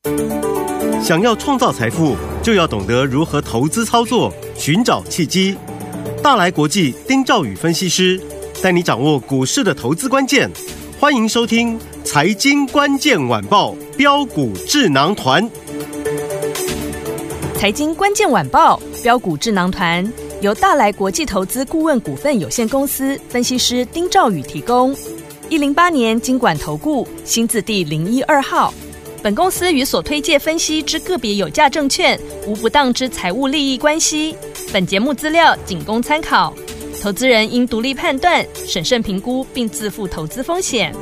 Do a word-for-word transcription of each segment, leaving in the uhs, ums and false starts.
想要创造财富，就要懂得如何投资操作，寻找契机。大来国际丁兆宇分析师带你掌握股市的投资关键。欢迎收听《财经关键晚报》标股智囊团。 财经关键晚报标股智囊团由大来国际投资顾问股份有限公司分析师丁兆宇提供。一零八年金管投顾新字第零一二号。本公司与所推介分析之个别有价证券无不当之财务利益关系。本节目资料仅供参考，投资人应独立判断、审慎评估并自负投资风险。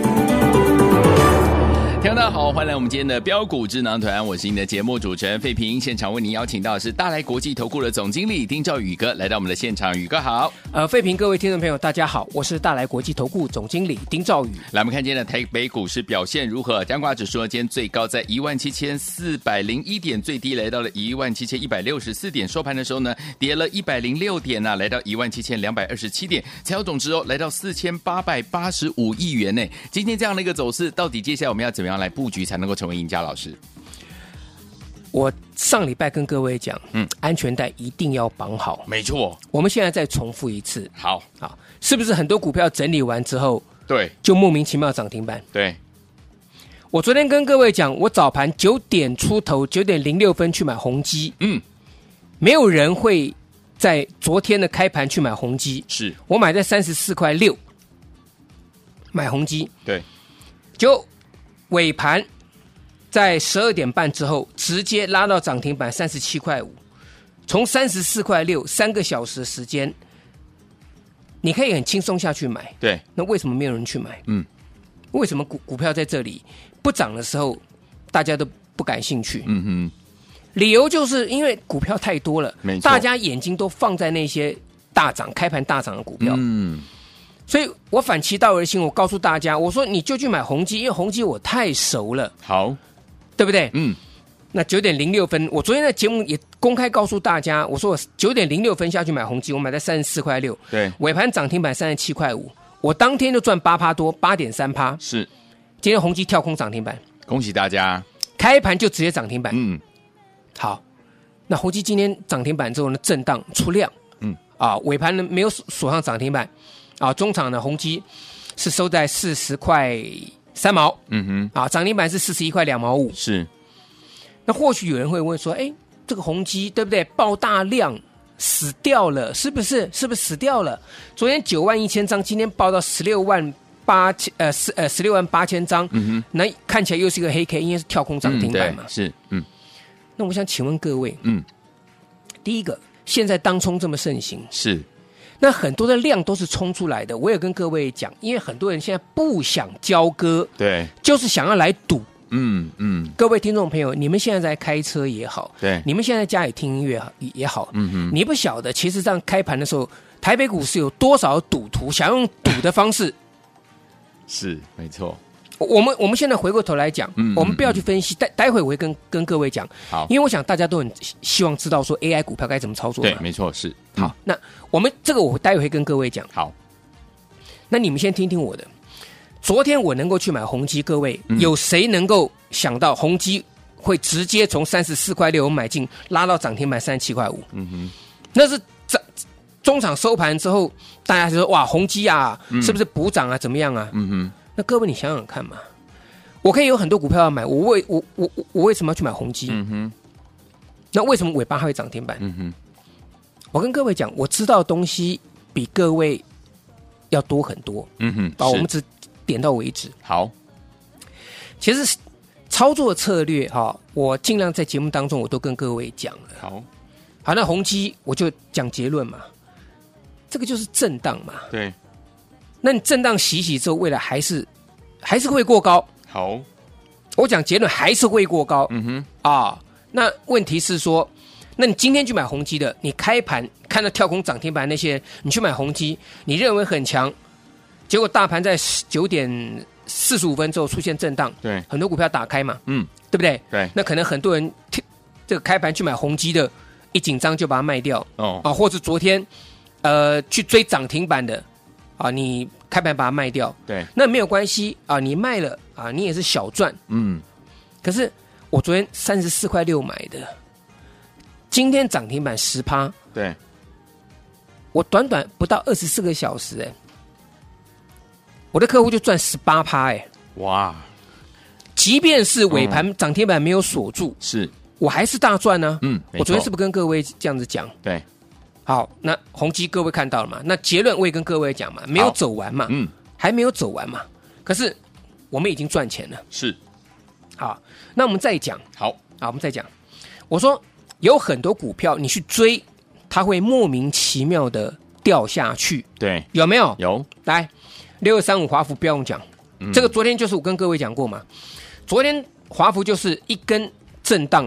听众大家好，欢迎来我们今天的标股智囊团，我是您的节目主持人费平。现场为您邀请到的是大来国际投顾的总经理丁兆宇哥来到我们的现场，宇哥好。 呃，费平各位听众朋友大家好，我是大来国际投顾总经理丁兆宇。 来我们看今天的台北股市表现如何？加权指数今天最高在一万七千四百零一点，最低来到了一万七千一百六十四点，收盘的时候呢跌了一百零六点啊，来到一万七千两百二十七点，成交总值哦来到四千八百八十五亿元呢。今天这样的一个走势，到底接下来我们要怎么样来布局才能够成为赢家？老师， 我上礼拜跟各位讲，嗯，安全带一定要绑好。 没错， 我们现在再重复一次。 好， 好，是不是很多股票整理完之后， 对， 就莫名其妙涨停板？ 对， 我昨天跟各位讲，我早盘九点出头，九点零六分去买宏基，嗯，没有人会在昨天的开盘去买宏基， 是我买在三十四块六，买宏基， 对， 就尾盘在十二点半之后直接拉到涨停板三十七块五，从三十四块六三个小时的时间，你可以很轻松下去买。 对， 那为什么没有人去买？嗯，为什么股股票在这里不涨的时候大家都不感兴趣？嗯哼，理由就是因为股票太多了，没错，大家眼睛都放在那些大涨开盘大涨的股票。嗯。所以我反其道而行，我告诉大家，我说你就去买宏基，因为宏基我太熟了， 好， 对不对？ 嗯。 那九点零六分，我昨天的节目也公开告诉大家，我说我九点零六分下去买宏基，我买在三十四块六， 对， 尾盘涨停板三十七块五，我当天就赚八趴多，八点三趴。 是， 今天宏基跳空涨停板， 恭喜大家， 开盘就直接涨停板。 嗯， 好，那宏基今天涨停板之后呢，震荡出量，嗯，啊，尾盘呢没有锁上涨停板。啊，中场的宏基是收在四十块三毛，嗯哼，啊，涨停板是四十一块两毛五， 是。 那或许有人会问说，哎，这个宏基对不对？爆大量死掉了，是不是？是不是死掉了？昨天九万一千张，今天爆到十六万八千，呃，十呃十六万八千张，嗯哼，那看起来又是一个黑 K， 因为是跳空涨停板嘛， 嗯、是，嗯。 那我想请问各位， 嗯， 第一个，现在当冲这么盛行， 是。 那很多的量都是冲出来的，我也跟各位讲，因为很多人现在不想交割， 对， 就是想要来赌。 嗯嗯， 各位听众朋友，你们现在在开车也好， 对， 你们现在在家里听音乐也好， 嗯哼， 你不晓得，其实这样开盘的时候，台北股市有多少赌徒想用赌的方式， 是没错。 我们我们现在回过头来讲，嗯嗯嗯，我们不要去分析，待待会我会跟跟各位讲， 好， 因为我想大家都很希望知道说 A I 股票该怎么操作。 对，没错，是、 嗯、好。那我们这个我待会会跟各位讲。 好， 那你们先听听我的。昨天我能够去买宏基，各位、嗯、有谁能够想到宏基会直接从三十四块六买进，拉到涨停板三十七块五？嗯哼，那是涨中场收盘之后，大家就说哇，宏基啊，嗯、是不是补涨啊？怎么样啊？嗯哼。那各位，你想想看嘛，我可以有很多股票要买，我为我我我为什么要去买宏基？嗯哼。那为什么尾巴还会涨停板？嗯哼。我跟各位讲，我知道的东西比各位要多很多。嗯哼。啊，我们只点到为止。 好。 其实操作策略哈、哦，我尽量在节目当中我都跟各位讲了。 好。 好，那宏基我就讲结论嘛，这个就是震荡嘛。 对。 那你震荡洗洗之后，未来还是还是会过高。 好， 我讲结论还是会过高。 嗯哼， 啊，那问题是说，那你今天去买宏基的，你开盘看到跳空涨停板那些，你去买宏基，你认为很强，结果大盘在九点四十五分之后出现震荡， 对， 很多股票打开嘛， 嗯， 对不对？ 对， 那可能很多人这个开盘去买宏基的，一紧张就把它卖掉， 哦， 啊，或者昨天呃去追涨停板的。啊，你开盘把它卖掉， 对， 那没有关系啊，你卖了啊，你也是小赚， 嗯。 可是我昨天三十四块六买的，今天涨停板十趴， 对， 我短短不到二十四个小时，哎，我的客户就赚十八趴，哎， 哇！ 即便是尾盘涨停板没有锁住， 是我还是大赚呢、啊。 嗯， 我昨天是不是跟各位这样子讲？ 对， 好，那宏基各位看到了嘛？那结论我也跟各位讲嘛，没有走完嘛， 嗯， 还没有走完嘛。可是我们已经赚钱了。 是， 好，那我们再讲， 好， 好，我们再讲。我说有很多股票你去追，它会莫名其妙的掉下去， 对， 有没有？ 有。 来，六二三五华孚不用讲、嗯，这个昨天就是我跟各位讲过嘛。昨天华孚就是一根震荡，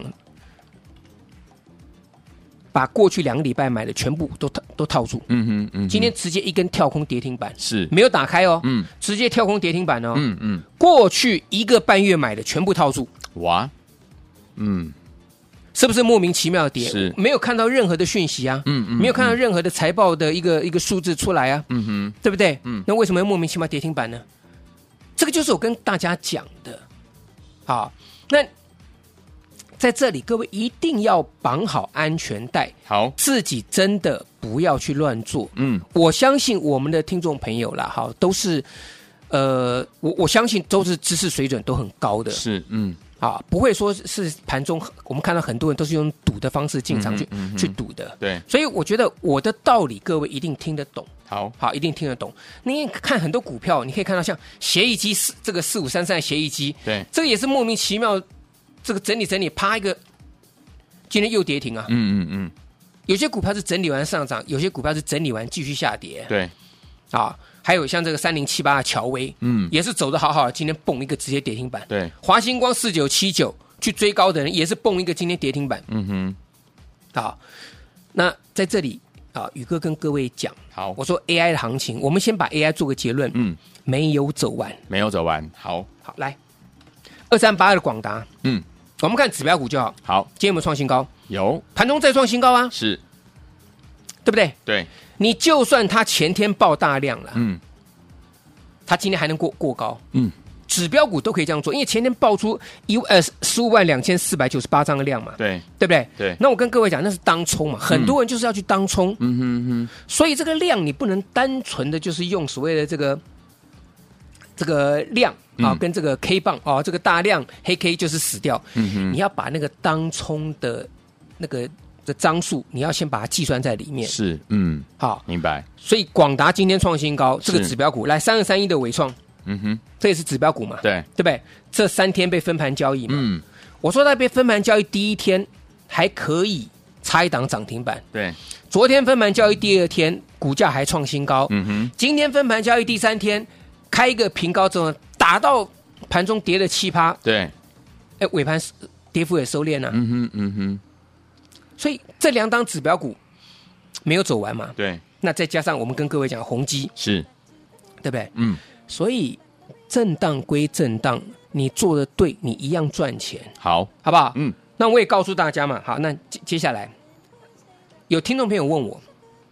把过去两个礼拜买的全部都都套住。嗯哼，嗯哼，今天直接一根跳空跌停板， 是没有打开哦。 嗯， 直接跳空跌停板哦。 嗯嗯， 过去一个半月买的全部套住。 哇，嗯， 是不是莫名其妙的跌？ 是， 没有看到任何的讯息啊。嗯嗯，没有看到任何的财报的一个一个数字出来啊。嗯哼，对不对？嗯，那为什么要莫名其妙跌停板呢？这个就是我跟大家讲的。好，那在这里各位一定要绑好安全带， 好， 自己真的不要去乱做。嗯，我相信我们的听众朋友啦，哈，都是呃，我我相信都是知识水准都很高的， 是，嗯， 啊，不会说是盘中我们看到很多人都是用赌的方式进场去、嗯嗯、去赌的， 对， 所以我觉得我的道理各位一定听得懂。 好好，一定听得懂。你看很多股票，你可以看到像协议机这个四五三三的协议机， 对， 这个也是莫名其妙，这个整理整理，啪一个，今天又跌停啊。嗯嗯嗯。有些股票是整理完上涨，有些股票是整理完继续下跌。 对。 啊，还有像这个三零七八的乔威，嗯，也是走得好好的，今天蹦一个直接跌停板。 对。 华星光四九七九去追高的人也是蹦一个今天跌停板。嗯哼。好，那在这里。啊，宇哥跟各位讲， 好， 我说 A I 的行情，我们先把 A I 做个结论，嗯，没有走完， 没有走完，好， 好，来，二三八二的广达，嗯，我们看指标股就好， 好， 今天有没有创新高？ 有， 盘中再创新高啊， 是， 对不对？ 对， 你就算它前天爆大量了，嗯，它今天还能过过高，嗯。指标股都可以这样做，因为前天爆出一呃十五万两千四百九十八张的量嘛， 对对不对？ 对。 那我跟各位讲，那是当冲嘛，很多人就是要去当冲，嗯哼哼。所以这个量你不能单纯的就是用所谓的这个这个量啊，嗯、跟这个 K 棒啊，这个大量黑 K 就是死掉，嗯哼。你要把那个当冲的那个的张数，你要先把它计算在里面。 是，嗯， 好， 明白。 所以广达今天创新高，这个指标股来三二三一的伟创。嗯哼，这也是指标股嘛？ 对， 对不对？这三天被分盘交易嘛？嗯，我说在被分盘交易第一天还可以差一档涨停板， 对。 昨天分盘交易第二天，股价还创新高。嗯哼，今天分盘交易第三天，开一个平高之后，打到盘中跌了七趴， 对。 哎，尾盘跌幅也收敛了、啊。嗯哼，嗯哼。所以这两档指标股没有走完嘛？ 对。 那再加上我们跟各位讲宏基， 是， 对不对？ 嗯。 所以震荡归震荡，你做的对，你一样赚钱， 好， 好不好？嗯，那我也告诉大家嘛，好，那接接下来有听众朋友问我，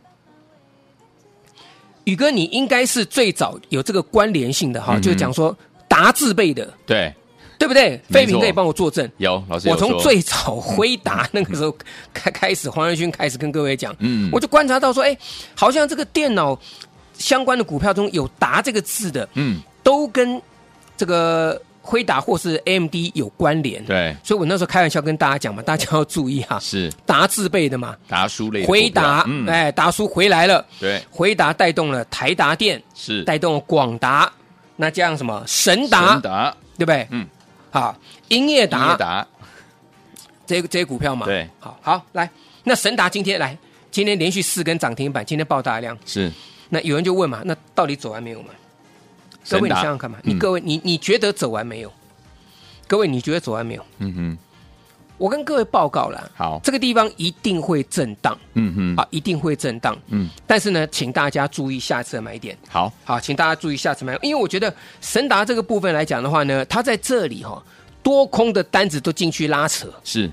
宇哥，你应该是最早有这个关联性的哈、嗯，就是讲说达字辈的， 对， 对不对？废品可以帮我作证， 有老师有， 我从最早辉达那个时候开开始，黄仁勋开始跟各位讲，嗯，我就观察到说，哎，好像这个电脑相关的股票中有达这个字的，嗯，都跟这个辉达或是 A M D 有关联。 对， 所以我那时候开玩笑跟大家讲嘛，大家要注意哈、啊， 是达字辈的嘛， 达叔类的辉达，嗯、哎，达叔回来了， 对， 辉达带动了台达电， 是带动了广达，那这样什么神达， 神达对不对？嗯，好，英业达， 英业达， 这些这些股票嘛， 对， 好好来，那神达今天来，今天连续四根涨停板，今天爆大量， 是。 那有人就问嘛，那到底走完没有嘛？各位你想想看嘛，你各位你你觉得走完没有？各位你觉得走完没有？嗯哼，我跟各位报告了， 好， 这个地方一定会震荡， 嗯哼， 啊，一定会震荡，嗯，但是呢，请大家注意下次的买点， 好， 好，请大家注意下次买点，因为我觉得神达这个部分来讲的话呢，它在这里哈、哦，多空的单子都进去拉扯， 是，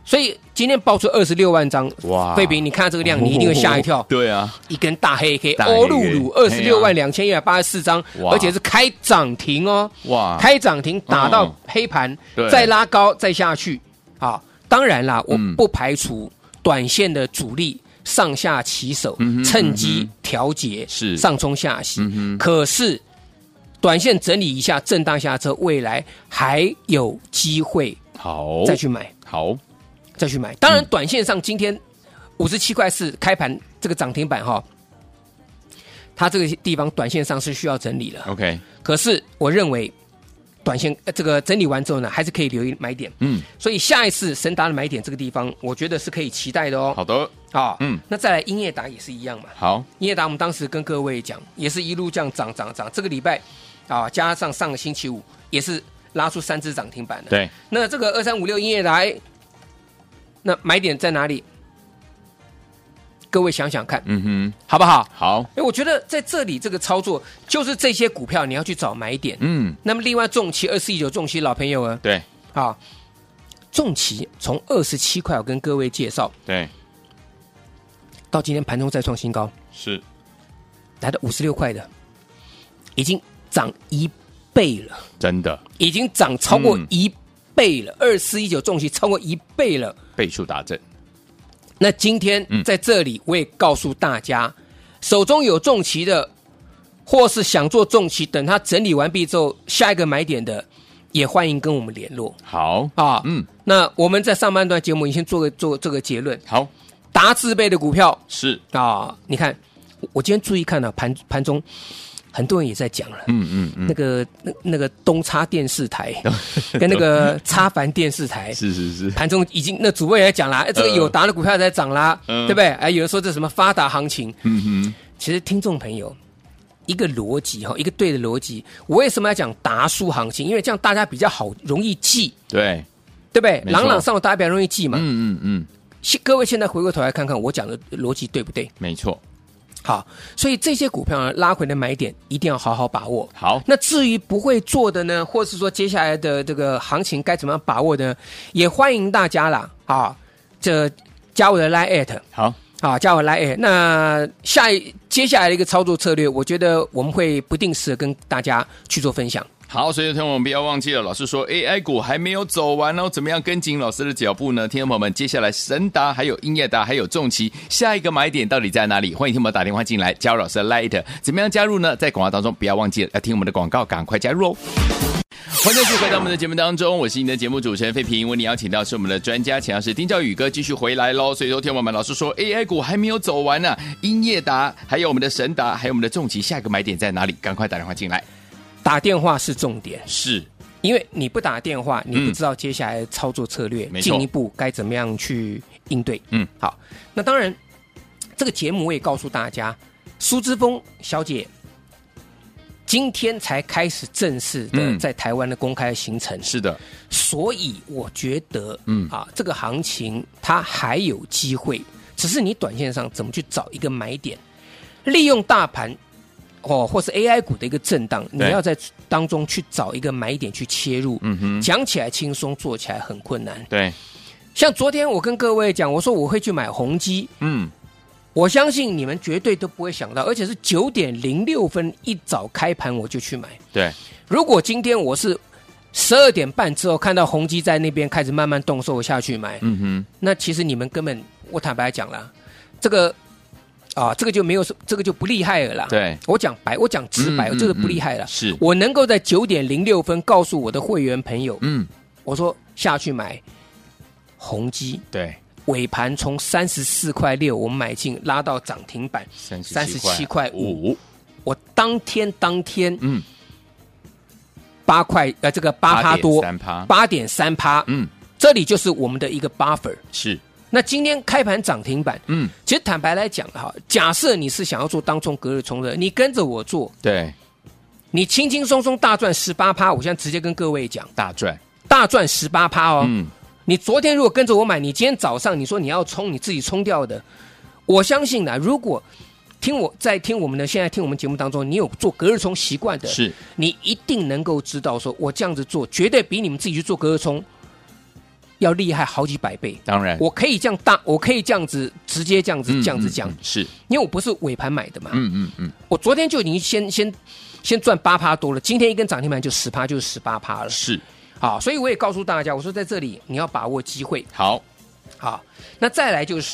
所以今天爆出二十六万张， 哇！ 废品，你看这个量，你一定会吓一跳。 哦、对啊， 一根大黑 K， 大黑 K 欧陆鲁二十六万两千一百八十四张，而且是开涨停哦， 哇！ 开涨停打到黑盘， 嗯、 再拉高再下去啊！当然啦，我不排除短线的主力上下起手， 嗯、 趁机调节， 是上冲下洗。 嗯、 可是短线整理一下，震荡下车，未来还有机会， 好再去买， 好。 再去买，当然，短线上今天五十七块四开盘这个涨停板哈，它这个地方短线上是需要整理了。 OK， 可是我认为短线、呃、这个整理完之后呢，还是可以留意买点。嗯，所以下一次神达的买点这个地方，我觉得是可以期待的哦。 好的， 啊，嗯，那再来英业达也是一样嘛。 好， 英业达我们当时跟各位讲，也是一路这样涨涨涨，这个礼拜啊，加上上个星期五也是拉出三只涨停板的。 对， 那这个二三五六英业达。那买点在哪里？各位想想看， 嗯哼， 好不好？ 好。 哎，我觉得在这里这个操作，就是这些股票你要去找买点。 嗯。 那么另外重骑二四一九重骑老朋友啊， 对， 啊，重骑从二十七块，我跟各位介绍， 对， 到今天盘中再创新高， 是来到五十六块的，已经涨一倍了， 真的， 已经涨超过一倍。倍了，二四一九重骑超过一倍了， 倍数达阵。 那今天在这里，我也告诉大家，嗯、手中有重骑的，或是想做重骑，等它整理完毕之后，下一个买点的，也欢迎跟我们联络。 好啊，嗯，那我们在上半段节目，你先做个做这个结论。 好， 达字辈的股票是啊，你看，我今天注意看了、啊、盘盘中。很多人也在讲了， 嗯嗯嗯， 那个那那个东差电视台跟那个差凡电视台， 是是是， 盘中已经那主播也在讲啦，这个友达的股票在涨啦， 呃、 对不对？哎，有人说这什么发达行情， 嗯哼， 其实听众朋友一个逻辑哈，一个对的逻辑，我为什么要讲达叔行情？因为这样大家比较好容易记， 对对不对？朗朗上口大家比较容易记嘛， 嗯嗯嗯。 各位现在回过头来看看我讲的逻辑对不对？ 没错。 好，所以这些股票呢，拉回的买点一定要好好把握。 好， 那至于不会做的呢，或是说接下来的这个行情该怎么样把握呢？也欢迎大家啦啊，这加我的 Line@ 好啊，加我 Line@。那下一接下来的一个操作策略，我觉得我们会不定时的跟大家去做分享。 好，所以听众朋友们不要忘记了，老师说 A I 股还没有走完哦，怎么样跟紧老师的脚步呢？听众朋友们，接下来神达、还有英业达、还有重骑，下一个买点到底在哪里？欢迎听我们打电话进来加入老师的 Light， 怎么样加入呢？在广告当中不要忘记了要听我们的广告，赶快加入哦。欢迎继续回到我们的节目当中，我是你的节目主持人费平，为你邀请到是我们的专家，请到是丁兆宇哥继续回来喽。所以说，听我们老师说 A I 股还没有走完呢、啊，英业达、还有我们的神达、还有我们的重骑，下一个买点在哪里？赶快打电话进来。 打电话是重点， 是因为你不打电话，你不知道接下来的操作策略， 嗯、 进一步该怎么样去应对。 嗯， 好，那当然，这个节目我也告诉大家，苏之峰小姐今天才开始正式的在台湾的公开行程， 嗯、是的， 所以我觉得， 嗯啊，这个行情它还有机会，只是你短线上怎么去找一个买点，利用大盘。哦，或是 A I 股的一个震荡，你要在当中去找一个买点去切入。 嗯哼， 讲起来轻松，做起来很困难。 对， 像昨天我跟各位讲，我说我会去买宏基， 嗯， 我相信你们绝对都不会想到，而且是九点零六分一早开盘我就去买。 对， 如果今天我是十二点半之后看到宏基在那边开始慢慢动手下去买， 嗯哼， 那其实你们根本，我坦白讲啦，这个。啊，这个就没有，这个就不厉害了啦。 对， 我讲白，我讲直白， 嗯、 这个不厉害了。 是我能够在九点零六分告诉我的会员朋友， 嗯， 我说下去买宏基， 对， 尾盘从三十四块六我们买进，拉到涨停板三十七块五， 我当天当天， 嗯， 八块呃，这个八趴多， 三趴， 八点三趴， 嗯， 这里就是我们的一个 buffer， 是。 那今天开盘涨停板， 嗯， 其实坦白来讲哈，假设你是想要做当冲隔日冲的，你跟着我做， 对， 你轻轻松松大赚十八趴，我现在直接跟各位讲， 大赚， 大赚十八趴哦。 嗯， 你昨天如果跟着我买，你今天早上你说你要冲，你自己冲掉的，我相信呢，如果听我在听我们的现在听我们节目当中，你有做隔日冲习惯的， 是，你一定能够知道说，我这样子做绝对比你们自己去做隔日冲要厉害好几百倍。 当然， 我可以这样大，我可以这样子直接这样子、嗯、这样子讲、 嗯嗯，是因为我不是尾盘买的嘛。 嗯嗯嗯， 我昨天就已经先先先赚八趴多了，今天一根涨停板就十趴，就是十八趴了。 是， 好，所以我也告诉大家，我说在这里你要把握机会。 好， 好，那再来就是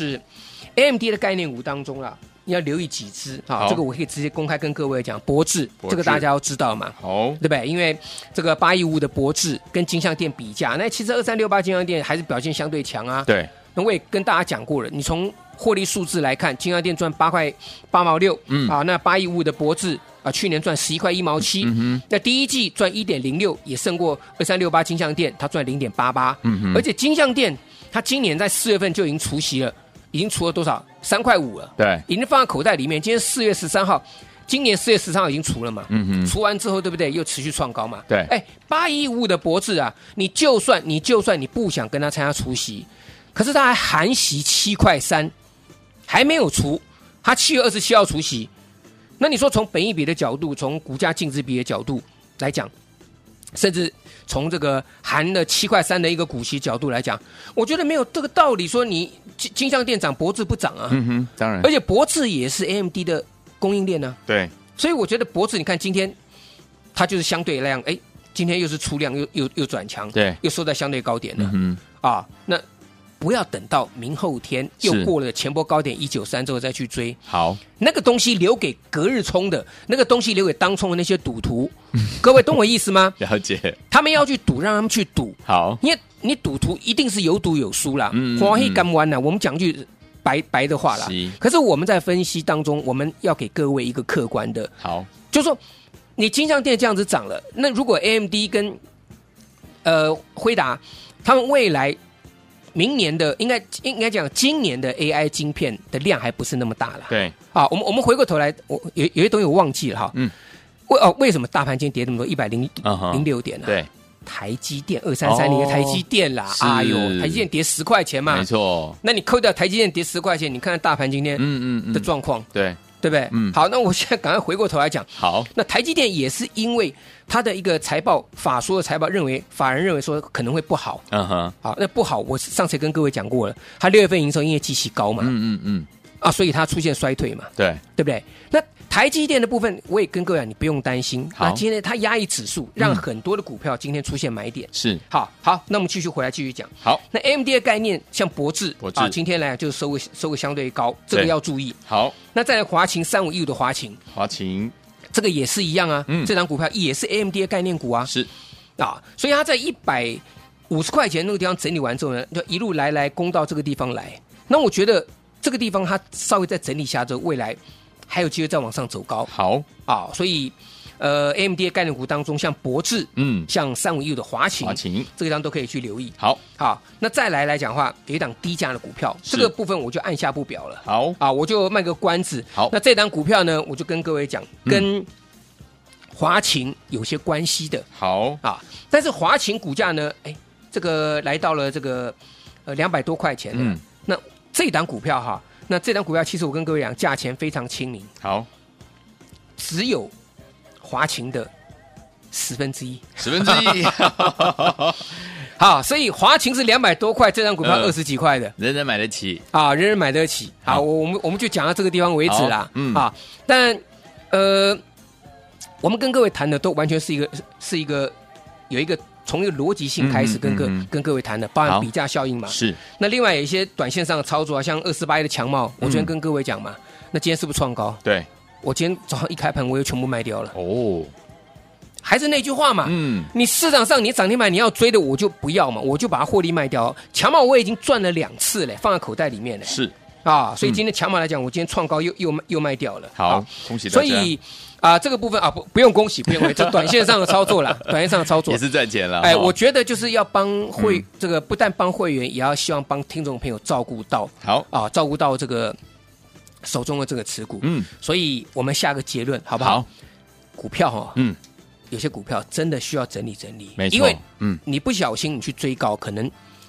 A M D 的概念股当中啦。你要留意几只啊？这个我可以直接公开跟各位讲，博智这个大家要知道嘛， 好， 对不对？因为这个八一五的博智跟金像电比价，那其实二三六八金像电还是表现相对强啊。 对， 那我也跟大家讲过了，你从获利数字来看，金像电赚八块八毛六，嗯啊，那八一五的博智啊，去年赚十一块一毛七，嗯哼，那第一季赚一点零六，也胜过二三六八金像电，它赚零点八八，嗯哼，而且金像电它今年在四月份就已经除息了。已经除了多少？三块五了， 对， 已经放在口袋里面。今天四月十三号，今年四月十三号已经除了嘛，嗯哼，除完之后，对不对？又持续创高嘛， 对。 哎，八一五的博智啊，你就算你就算你不想跟他参加除息，可是他还含息七块三，还没有除，他七月二十七号除息。那你说从本益比的角度，从股价净值比的角度来讲，甚至从这个含了七块三的一个股息角度来讲，我觉得没有这个道理说你金金像电涨，博智不涨啊。 嗯哼，当然， 而且博智也是 A M D 的供应链呢、啊。 对， 所以我觉得博智，你看今天它就是相对量，哎，今天又是出量又又又转强， 对， 又收在相对高点了。 嗯啊，那不要等到明后天又过了前波高点一九三之后再去追。 好， 那个东西留给隔日冲的，那个东西留给当冲的那些赌徒，各位懂我意思吗？ 了解。 他们要去赌，让他们去赌。 好， 因为你赌徒一定是有赌有输啦， 嗯， 花黑干弯啦。我们讲句白白的话啦，可是我们在分析当中，我们要给各位一个客观的， 好， 就是说你金像电这样子涨了，那如果 A M D 跟呃辉达他们未来明年的应该应该讲今年的 A I 晶片的量还不是那么大了。 对， 好，我们我们回过头来，我有有些东西我忘记了哈。嗯。为哦，为什么大盘今天跌那么多？一百零零六点呢、啊？ 对， 台积电二三三零的台积电啦，哎呦，台积电跌十块钱嘛， 没错。 那你扣掉台积电跌十块钱，你看看大盘今天嗯嗯的状况， 对对不对？ 嗯。 好，那我现在赶快回过头来讲。 好， 那台积电也是因为它的一个财报，法说的财报认为，法人认为说可能会不好。 嗯哼。 好，那不好，我上次跟各位讲过了，它六月份营收因为基期高嘛， 嗯嗯嗯。 啊，所以它出现衰退嘛， 对对不对？那台积电的部分，我也跟各位讲，你不用担心。 好， 那今天它压抑指数，让很多的股票今天出现买点。 是， 好好，那我们继续回来继续讲。 好， 那 A M D 的概念，像博智， 博智啊，今天来讲就是收个收个相对高，这个要注意。 好， 那再来华勤三五一五的华勤， 华勤这个也是一样啊， 嗯， 这档股票也是 A M D 的概念股啊， 是啊，所以它在一百五十块钱那个地方整理完之后呢，就一路来来攻到这个地方来。那我觉得这个地方它稍微再整理下之后，未来还有机会再往上走高。 好啊，所以呃 A M D 的概念股当中，像博智， 嗯， 像三五一五的华勤， 华勤这个地方都可以去留意。 好， 好，那再来来讲的话，有一档低价的股票，这个部分我就按下不表了。 好啊，我就卖个关子。 好， 那这档股票呢，我就跟各位讲，跟华勤有些关系的。 好啊，但是华勤股价呢，哎，这个来到了这个呃两百多块钱了。嗯，那这档股票哈，那这档股票其实我跟各位讲，价钱非常亲民。 好， 只有华勤的十分之一， 十分之一。 好，所以华勤是两百多块，这张股票二十几块的， 人人买得起啊，人人买得起。好，我我们我们就讲到这个地方为止啦。嗯啊，但呃，我们跟各位谈的都完全是一个是一个有一个从一个逻辑性开始跟各、嗯嗯、跟各位谈的，包含比价效应嘛。是。那另外有一些短线上的操作啊，像二四八一的强茂，我昨天跟各位讲嘛，那今天是不是创高？ 对。 我今天早上一开盘，我又全部卖掉了。 哦， 还是那句话嘛，嗯，你市场上你涨停板你要追的，我就不要嘛，我就把它获利卖掉。强茂我已经赚了两次嘞，放在口袋里面嘞。 是啊，所以今天强茂来讲，我今天创高又又又卖掉了。 好，恭喜大家。 所以啊，这个部分啊，不不用恭喜，不用恭喜，这短线上的操作啦，短线上的操作也是赚钱了。 哎，我觉得就是要帮会、嗯、这个，不但帮会员，也要希望帮听众朋友照顾到好啊，照顾到这个。手中的这个持股，嗯，所以我们下个结论好不好？好，股票哈、哦，嗯，有些股票真的需要整理整理， 没错， 因为嗯，你不小心你去追高，可能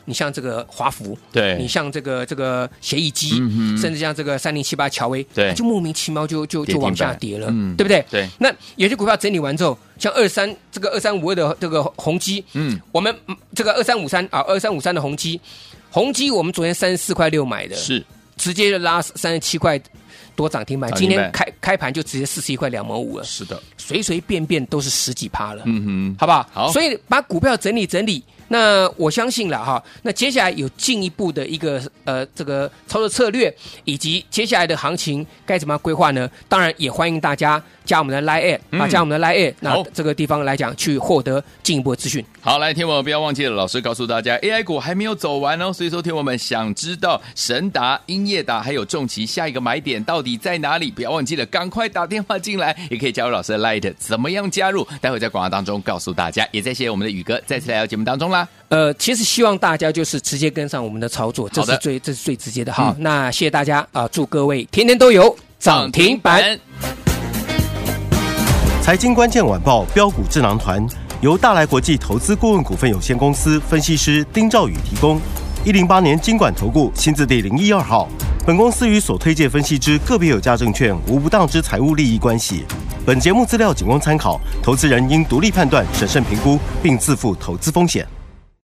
你像这个华孚， 对， 你像这个这个协议机，嗯、甚至像这个三零七八乔威， 对， 就莫名其妙就就就往下跌了， 嗯、 对不对？ 对。 那有些股票整理完之后，像二三这个二三五二的这个宏基，嗯，我们这个二三五三啊，二三五三的宏基，宏基我们昨天三十四块六买的， 是直接就拉三十七块多涨停板，今天开开盘就直接四十一块两毛五了， 是的， 随随便便都是十几趴了， 嗯哼， 好不好？ 好， 所以把股票整理整理。那我相信了哈，那接下来有进一步的一个呃这个操作策略，以及接下来的行情该怎么样规划呢？当然也欢迎大家加我们的 Line 啊，加我们的 Line， 那这个地方来讲去获得进一步的资讯。 好，来听我不要忘记了，老师告诉大家 A I 股还没有走完哦，所以说听我们想知道神达、英业达还有重骑下一个买点到底在哪里？不要忘记了，赶快打电话进来，也可以加入老师的 Line， 怎么样加入？待会在广告当中告诉大家。也再谢谢我们的宇哥再次来到节目当中啦。 呃，其实希望大家就是直接跟上我们的操作，这是最这是最直接的。好，嗯、那谢谢大家啊、呃，祝各位天天都有涨停板。 财经关键晚报标股智囊团由大来国际投资顾问股份有限公司分析师丁兆宇提供。一零八年金管投顾新字第零一二号。本公司与所推介分析之个别有价证券无不当之财务利益关系。本节目资料仅供参考，投资人应独立判断、审慎评估，并自负投资风险。